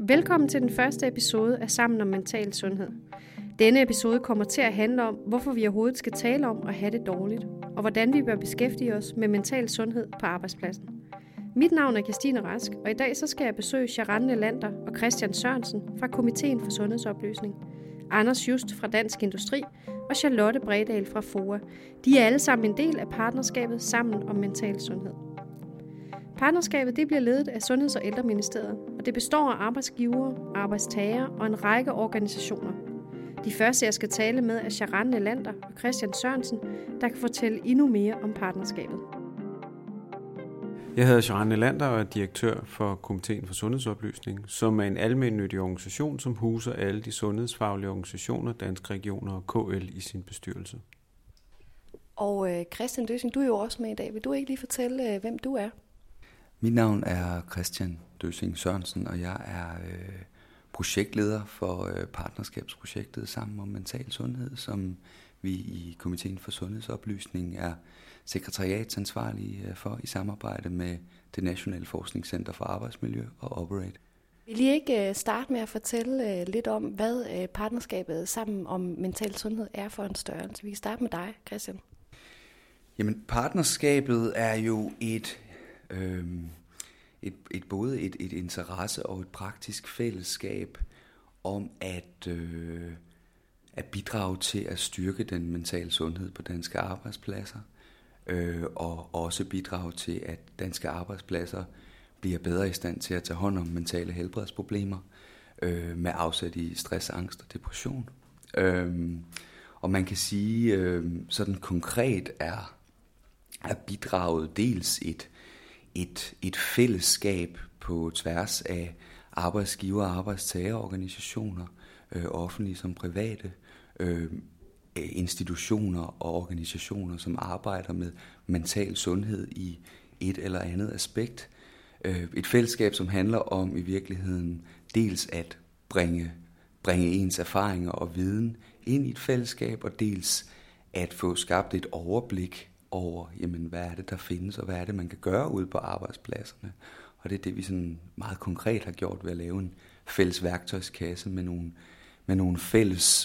Velkommen til den første episode af Sammen om mental sundhed. Denne episode kommer til at handle om, hvorfor vi overhovedet skal tale om at have det dårligt, og hvordan vi bør beskæftige os med mental sundhed på arbejdspladsen. Mit navn er Christine Rask, og i dag så skal jeg besøge Sharon Nelander og Christian Sørensen fra Komiteen for Sundhedsoplysning, Anders Just fra Dansk Industri og Charlotte Bredal fra FOA. De er alle sammen en del af partnerskabet Sammen om mental sundhed. Partnerskabet det bliver ledet af Sundheds- og Ældreministeriet, og det består af arbejdsgivere, arbejdstagere og en række organisationer. De første, jeg skal tale med, er Sharon Nelander og Christian Sørensen, der kan fortælle endnu mere om partnerskabet. Jeg hedder Sharon Nelander og er direktør for Komiteen for Sundhedsoplysning, som er en almennyttig organisation, som huser alle de sundhedsfaglige organisationer, Danske Regioner og KL i sin bestyrelse. Og Christian Døsing, du er jo også med i dag. Vil du ikke lige fortælle, hvem du er? Mit navn er Christian Døsing Sørensen, og jeg er projektleder for partnerskabsprojektet Sammen om mental sundhed, som vi i Komiteen for Sundhedsoplysning er sekretariatsansvarlige for i samarbejde med det Nationale Forskningscenter for Arbejdsmiljø og Operate. Vil I ikke starte med at fortælle lidt om, hvad partnerskabet Sammen om mental sundhed er for en størrelse? Vi kan starte med dig, Christian. Jamen, partnerskabet er jo både et interesse og et praktisk fællesskab om at bidrage til at styrke den mentale sundhed på danske arbejdspladser, og også bidrage til, at danske arbejdspladser bliver bedre i stand til at tage hånd om mentale helbredsproblemer med afsæt i stress, angst og depression. Og man kan sige, sådan konkret er bidraget dels et fællesskab på tværs af arbejdsgiver- og arbejdstagerorganisationer, offentlige som private, institutioner og organisationer, som arbejder med mental sundhed i et eller andet aspekt. Et fællesskab, som handler om i virkeligheden dels at bringe ens erfaringer og viden ind i et fællesskab, og dels at få skabt et overblik over, jamen, hvad er det, der findes, og hvad er det, man kan gøre ude på arbejdspladserne. Og det er det, vi sådan meget konkret har gjort ved at lave en fælles værktøjskasse med nogle fælles,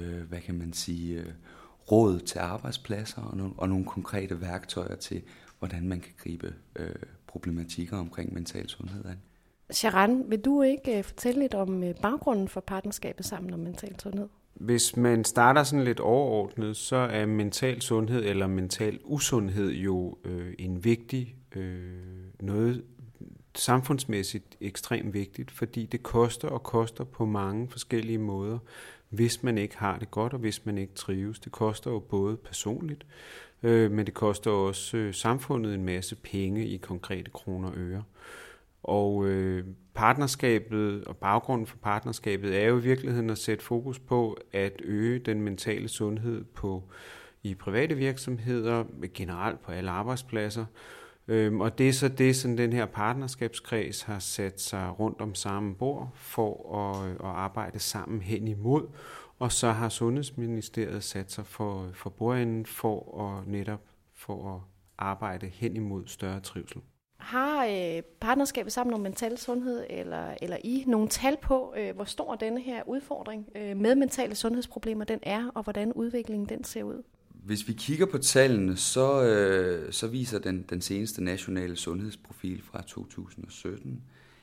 råd til arbejdspladser og nogle konkrete værktøjer til, hvordan man kan gribe problematikker omkring mental sundhed an. Sharon, vil du ikke fortælle lidt om baggrunden for partnerskabet Sammen om mental sundhed? Hvis man starter sådan lidt overordnet, så er mental sundhed eller mental usundhed jo en vigtig, noget samfundsmæssigt ekstremt vigtigt, fordi det koster på mange forskellige måder, hvis man ikke har det godt og hvis man ikke trives. Det koster jo både personligt, men det koster også samfundet en masse penge i konkrete kroner og øre. Og partnerskabet og baggrunden for partnerskabet er jo i virkeligheden at sætte fokus på at øge den mentale sundhed i private virksomheder, generelt på alle arbejdspladser. Og det er så det, som den her partnerskabskreds har sat sig rundt om samme bord for at arbejde sammen hen imod. Og så har Sundhedsministeriet sat sig for bordenden for at arbejde hen imod større trivsel. Har partnerskabet Sammen om mental sundhed eller I nogle tal på, hvor stor denne her udfordring med mentale sundhedsproblemer den er, og hvordan udviklingen den ser ud? Hvis vi kigger på tallene, så viser den seneste nationale sundhedsprofil fra 2017,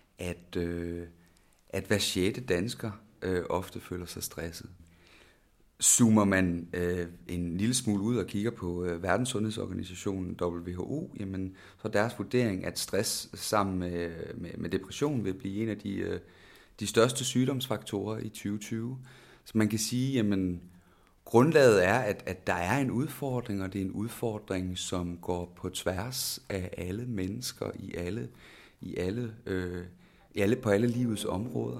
at hver 6. dansker ofte føler sig stresset. Zoomer man en lille smule ud og kigger på Verdenssundhedsorganisationen WHO, jamen, så er deres vurdering, at stress sammen med depression vil blive en af de største sygdomsfaktorer i 2020. Så man kan sige, jamen, grundlaget er, at der er en udfordring, og det er en udfordring, som går på tværs af alle mennesker på alle livets områder.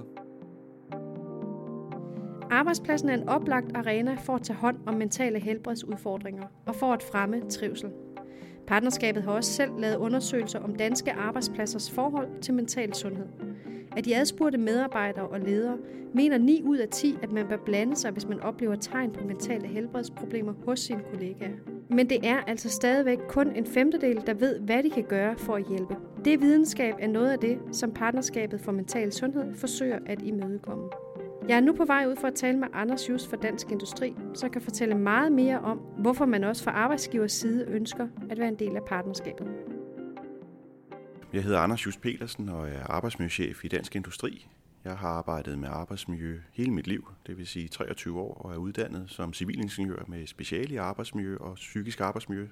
Arbejdspladsen er en oplagt arena for at tage hånd om mentale helbredsudfordringer og for at fremme trivsel. Partnerskabet har også selv lavet undersøgelser om danske arbejdspladsers forhold til mental sundhed. Af de adspurgte medarbejdere og ledere mener 9 ud af 10, at man bør blande sig, hvis man oplever tegn på mentale helbredsproblemer hos sine kollegaer. Men det er altså stadigvæk kun 1/5, der ved, hvad de kan gøre for at hjælpe. Det videnskab er noget af det, som Partnerskabet for Mental Sundhed forsøger at imødekomme. Jeg er nu på vej ud for at tale med Anders Just fra Dansk Industri, som kan fortælle meget mere om, hvorfor man også fra arbejdsgivers side ønsker at være en del af partnerskabet. Jeg hedder Anders Just Petersen og er arbejdsmiljøchef i Dansk Industri. Jeg har arbejdet med arbejdsmiljø hele mit liv, det vil sige 23 år, og er uddannet som civilingeniør med speciale i arbejdsmiljø og psykisk arbejdsmiljø.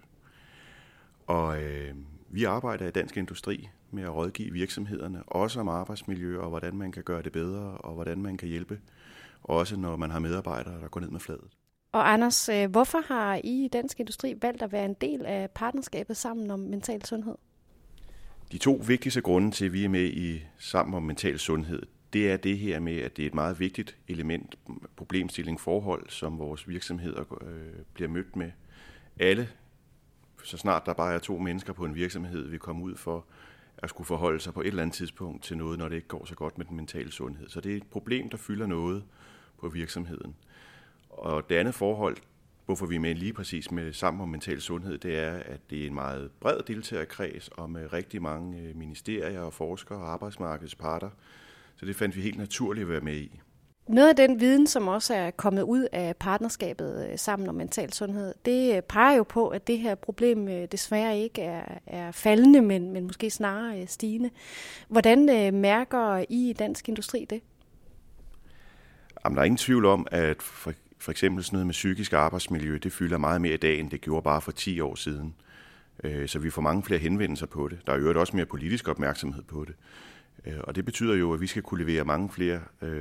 Og vi arbejder i Dansk Industri med at rådgive virksomhederne, også om arbejdsmiljø og hvordan man kan gøre det bedre, og hvordan man kan hjælpe, også når man har medarbejdere, der går ned med fladet. Og Anders, hvorfor har I i Dansk Industri valgt at være en del af partnerskabet Sammen om Mental Sundhed? De 2 vigtigste grunde til, at vi er med i Sammen om Mental Sundhed, det er det her med, at det er et meget vigtigt element, problemstilling, forhold, som vores virksomheder bliver mødt med. Alle, så snart der bare er 2 mennesker på en virksomhed, vil komme ud for at skulle forholde sig på et eller andet tidspunkt til noget, når det ikke går så godt med den mentale sundhed. Så det er et problem, der fylder noget på virksomheden. Og det andet forhold, hvorfor vi er med lige præcis med Sammen om Mental Sundhed, det er, at det er en meget bred deltagerkreds og med rigtig mange ministerier og forskere og arbejdsmarkedsparter. Så det fandt vi helt naturligt at være med i. Noget af den viden, som også er kommet ud af partnerskabet Sammen om Mental Sundhed, det peger jo på, at det her problem desværre ikke er faldende, men måske snarere stigende. Hvordan mærker I i Dansk Industri det? Jamen, der er ingen tvivl om, at for eksempel sådan noget med psykisk arbejdsmiljø, det fylder meget mere i dag, end det gjorde bare for 10 år siden. Så vi får mange flere henvendelser på det. Der er jo også mere politisk opmærksomhed på det. Og det betyder jo, at vi skal kunne levere mange flere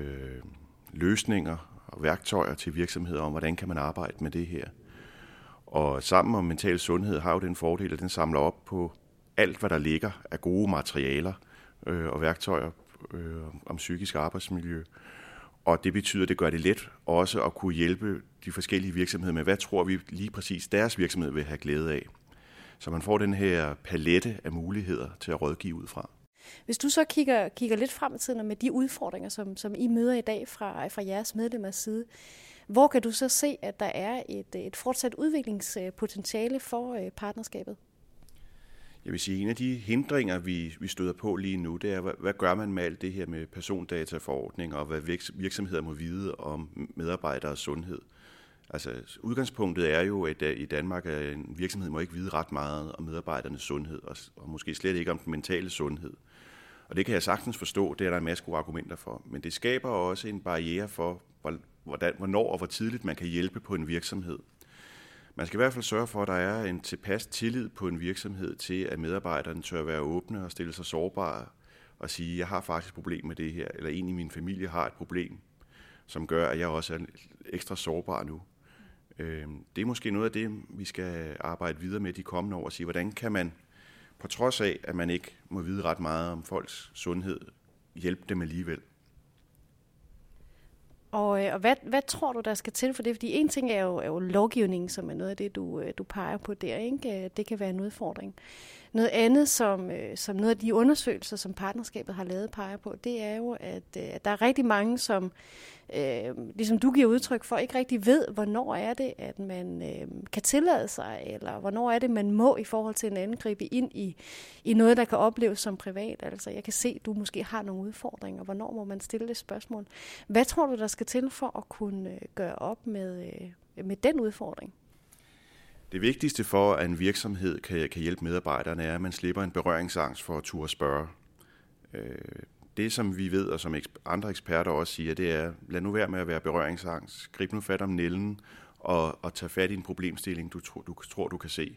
løsninger og værktøjer til virksomheder om, hvordan kan man arbejde med det her. Og Sammen om Mental Sundhed har jo den fordel, at den samler op på alt, hvad der ligger af gode materialer og værktøjer om psykisk arbejdsmiljø. Og det betyder, at det gør det let også at kunne hjælpe de forskellige virksomheder med, hvad tror vi lige præcis deres virksomhed vil have glæde af. Så man får den her palette af muligheder til at rådgive ud fra. Hvis du så kigger lidt frem i tiden og med de udfordringer, som I møder i dag fra jeres medlemmers side, hvor kan du så se, at der er et fortsat udviklingspotentiale for partnerskabet? Jeg vil sige, at en af de hindringer, vi støder på lige nu, det er, hvad gør man med alt det her med persondataforordning, og hvad virksomheder må vide om medarbejderes sundhed. Altså, udgangspunktet er jo, at i Danmark at en virksomhed må ikke vide ret meget om medarbejdernes sundhed, og måske slet ikke om den mentale sundhed. Og det kan jeg sagtens forstå, det er der en masse gode argumenter for. Men det skaber også en barriere for, hvornår og hvor tidligt man kan hjælpe på en virksomhed. Man skal i hvert fald sørge for, at der er en tilpas tillid på en virksomhed til, at medarbejderne tør være åbne og stille sig sårbare og sige, jeg har faktisk et problem med det her, eller en i min familie har et problem, som gør, at jeg også er ekstra sårbar nu. Det er måske noget af det, vi skal arbejde videre med de kommende år og sige, hvordan kan man, på trods af, at man ikke må vide ret meget om folks sundhed, hjælpe dem alligevel. Og hvad tror du, der skal til for det? Fordi en ting er jo lovgivningen, som er noget af det, du peger på der, ikke? Det kan være en udfordring. Noget andet, som noget af de undersøgelser, som partnerskabet har lavet, peger på, det er jo, at der er rigtig mange, som, ligesom du giver udtryk for, ikke rigtig ved, hvornår er det, at man kan tillade sig, eller hvornår er det, man må i forhold til en anden gribe ind i noget, der kan opleves som privat. Altså, jeg kan se, at du måske har nogle udfordringer. Hvornår må man stille det spørgsmål? Hvad tror du, der skal til for at kunne gøre op med den udfordring? Det vigtigste for, at en virksomhed kan hjælpe medarbejderne, er, at man slipper en berøringsangst for at turde spørge. Det, som vi ved, og som andre eksperter også siger, det er, lad nu være med at være berøringsangst. Grib nu fat om nælden og tag fat i en problemstilling, du tror, du kan se.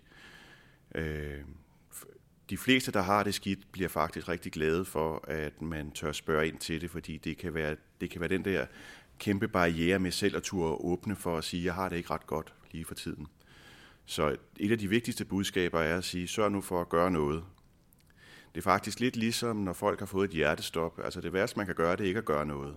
De fleste, der har det skidt, bliver faktisk rigtig glade for, at man tør spørge ind til det, fordi det kan være den der kæmpe barriere med selv at turde åbne for at sige, jeg har det ikke ret godt lige for tiden. Så et af de vigtigste budskaber er at sige, sørg nu for at gøre noget. Det er faktisk lidt ligesom, når folk har fået et hjertestop. Altså det værste, man kan gøre, det er ikke at gøre noget.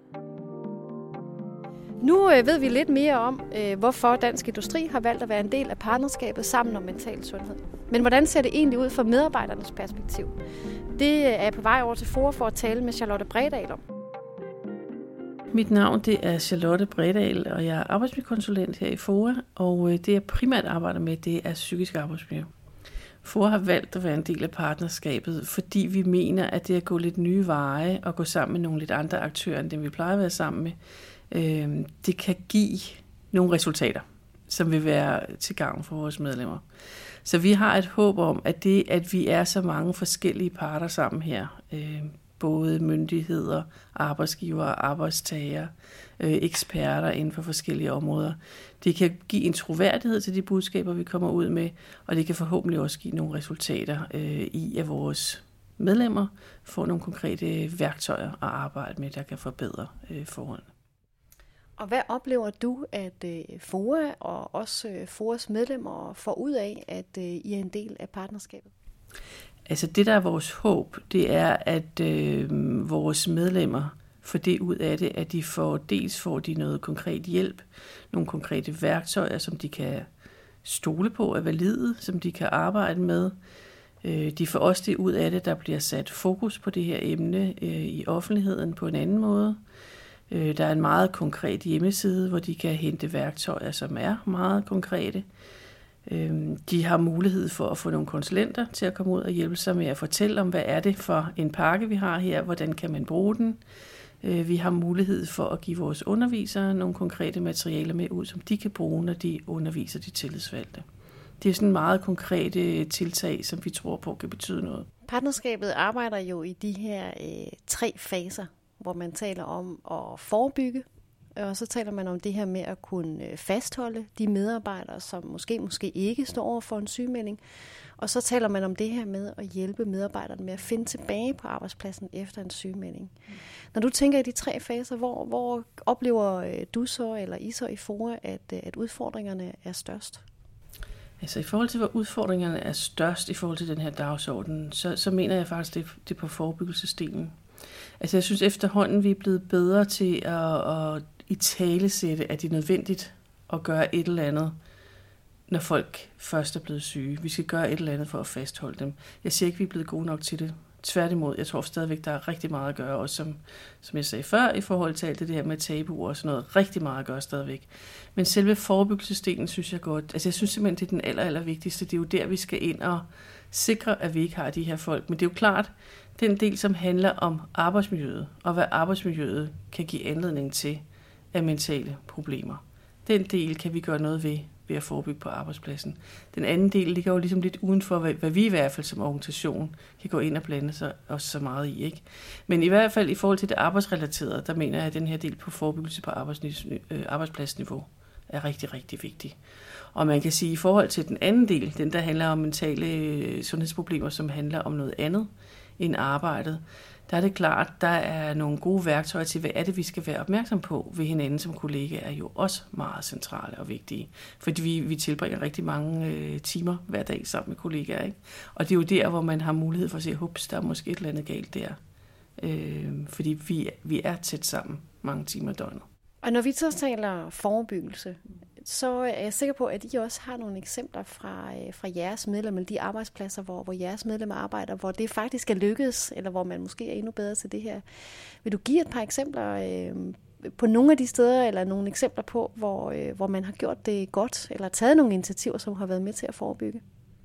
Nu ved vi lidt mere om, hvorfor Dansk Industri har valgt at være en del af partnerskabet Sammen om Mental Sundhed. Men hvordan ser det egentlig ud fra medarbejdernes perspektiv? Det er på vej over til FOA for at tale med Charlotte Bredal om. Mit navn det er Charlotte Bredal, og jeg er arbejdsmiljøkonsulent her i FOA, og det jeg primært arbejder med, det er psykisk arbejdsmiljø. FOA har valgt at være en del af partnerskabet, fordi vi mener, at det at gå lidt nye veje og gå sammen med nogle lidt andre aktører, end dem vi plejer at være sammen med, det kan give nogle resultater, som vil være til gavn for vores medlemmer. Så vi har et håb om, at det, at vi er så mange forskellige parter sammen her, både myndigheder, arbejdsgivere, arbejdstagere, eksperter inden for forskellige områder, det kan give en troværdighed til de budskaber, vi kommer ud med, og det kan forhåbentlig også give nogle resultater i, at vores medlemmer får nogle konkrete værktøjer at arbejde med, der kan forbedre forholdene. Og hvad oplever du, at FOA og også FOAs medlemmer får ud af, at I er en del af partnerskabet? Altså det, der er vores håb, det er, at vores medlemmer får det ud af det, at de får de noget konkret hjælp, nogle konkrete værktøjer, som de kan stole på, er valide, som de kan arbejde med. De får også det ud af det, der bliver sat fokus på det her emne i offentligheden på en anden måde. Der er en meget konkret hjemmeside, hvor de kan hente værktøjer, som er meget konkrete. De har mulighed for at få nogle konsulenter til at komme ud og hjælpe sig med at fortælle om, hvad er det for en pakke, vi har her, hvordan kan man bruge den. Vi har mulighed for at give vores undervisere nogle konkrete materialer med ud, som de kan bruge, når de underviser de tillidsvalgte. Det er sådan meget konkrete tiltag, som vi tror på kan betyde noget. Partnerskabet arbejder jo i de her 3 faser, hvor man taler om at forebygge, og så taler man om det her med at kunne fastholde de medarbejdere, som måske ikke står over for en sygemelding. Og så taler man om det her med at hjælpe medarbejderne med at finde tilbage på arbejdspladsen efter en sygemelding. Når du tænker i de 3 faser, hvor oplever du så, eller I så i FOA, at udfordringerne er størst? Altså i forhold til, hvor udfordringerne er størst i forhold til den her dagsorden, så mener jeg faktisk, det er på forebyggelsesdelen. Altså jeg synes efterhånden, vi er blevet bedre til at italesætte, at det er nødvendigt at gøre et eller andet, når folk først er blevet syge. Vi skal gøre et eller andet for at fastholde dem. Jeg siger ikke, vi er blevet gode nok til det. Tværtimod, jeg tror stadigvæk, der er rigtig meget at gøre, også som jeg sagde før, i forhold til alt det her med tabuer og sådan noget. Rigtig meget at gøre stadigvæk. Men selve forebyggelsesdelen synes jeg godt. Altså jeg synes simpelthen, det er den aller vigtigste. Det er jo der, vi skal ind og sikre, at vi ikke har de her folk. Men det er jo klart, den del, som handler om arbejdsmiljøet, og hvad arbejdsmiljøet kan give anledning til af mentale problemer. Den del kan vi gøre noget ved at forebygge på arbejdspladsen. Den anden del ligger jo ligesom lidt udenfor, hvad vi i hvert fald som organisation kan gå ind og blande sig også så meget i. Ikke? Men i hvert fald i forhold til det arbejdsrelaterede, der mener jeg, at den her del på forebyggelse på arbejdspladsniveau er rigtig, rigtig vigtig. Og man kan sige, i forhold til den anden del, den der handler om mentale sundhedsproblemer, som handler om noget andet end arbejdet, der er det klart, der er nogle gode værktøjer til, hvad er det, vi skal være opmærksom på ved hinanden som kollegaer, er jo også meget centrale og vigtige. Fordi vi tilbringer rigtig mange timer hver dag sammen med kollegaer. Ikke? Og det er jo der, hvor man har mulighed for at se, hups, der er måske et eller andet galt der. Fordi vi er tæt sammen mange timer i døgnet. Og når vi så taler forebyggelse, så er jeg sikker på, at I også har nogle eksempler fra jeres medlemmer, de arbejdspladser, hvor jeres medlemmer arbejder, hvor det faktisk er lykkedes, eller hvor man måske er endnu bedre til det her. Vil du give et par eksempler på nogle af de steder, eller nogle eksempler på, hvor man har gjort det godt, eller taget nogle initiativer, som har været med til at forebygge?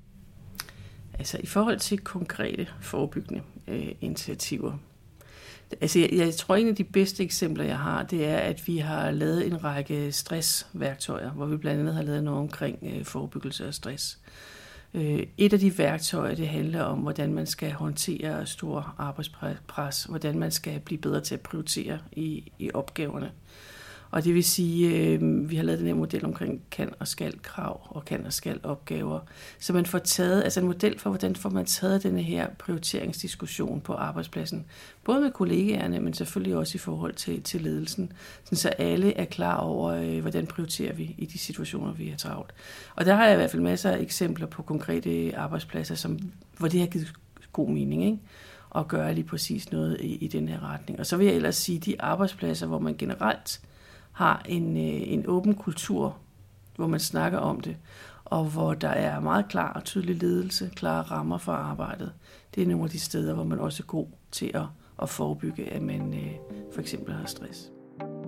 Altså i forhold til konkrete forebyggende initiativer. Altså jeg tror, en af de bedste eksempler, jeg har, det er, at vi har lavet en række stressværktøjer, hvor vi blandt andet har lavet noget omkring forebyggelse af stress. Et af de værktøjer, det handler om, hvordan man skal håndtere stor arbejdspres, hvordan man skal blive bedre til at prioritere i opgaverne. Og det vil sige, vi har lavet den her model omkring kan og skal krav og kan og skal opgaver. Så man får taget, altså en model for, hvordan får man taget denne her prioriteringsdiskussion på arbejdspladsen. Både med kollegaerne, men selvfølgelig også i forhold til ledelsen. Så alle er klar over, hvordan prioriterer vi i de situationer, vi har travlt. Og der har jeg i hvert fald masser af eksempler på konkrete arbejdspladser, hvor det har givet god mening, ikke? At gøre lige præcis noget i den her retning. Og så vil jeg ellers sige, de arbejdspladser, hvor man generelt har en åben kultur, hvor man snakker om det, og hvor der er meget klar og tydelig ledelse, klare rammer for arbejdet. Det er nogle af de steder, hvor man også er god til at forebygge, at man for eksempel har stress.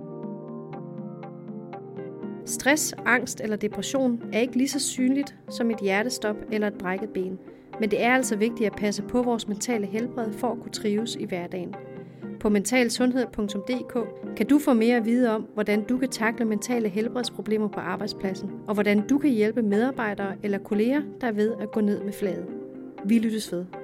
Stress, angst eller depression er ikke lige så synligt som et hjertestop eller et brækket ben. Men det er altså vigtigt at passe på vores mentale helbred for at kunne trives i hverdagen. På mentalsundhed.dk kan du få mere at vide om, hvordan du kan tackle mentale helbredsproblemer på arbejdspladsen, og hvordan du kan hjælpe medarbejdere eller kolleger, der er ved at gå ned med flaget. Vi lyttes ved.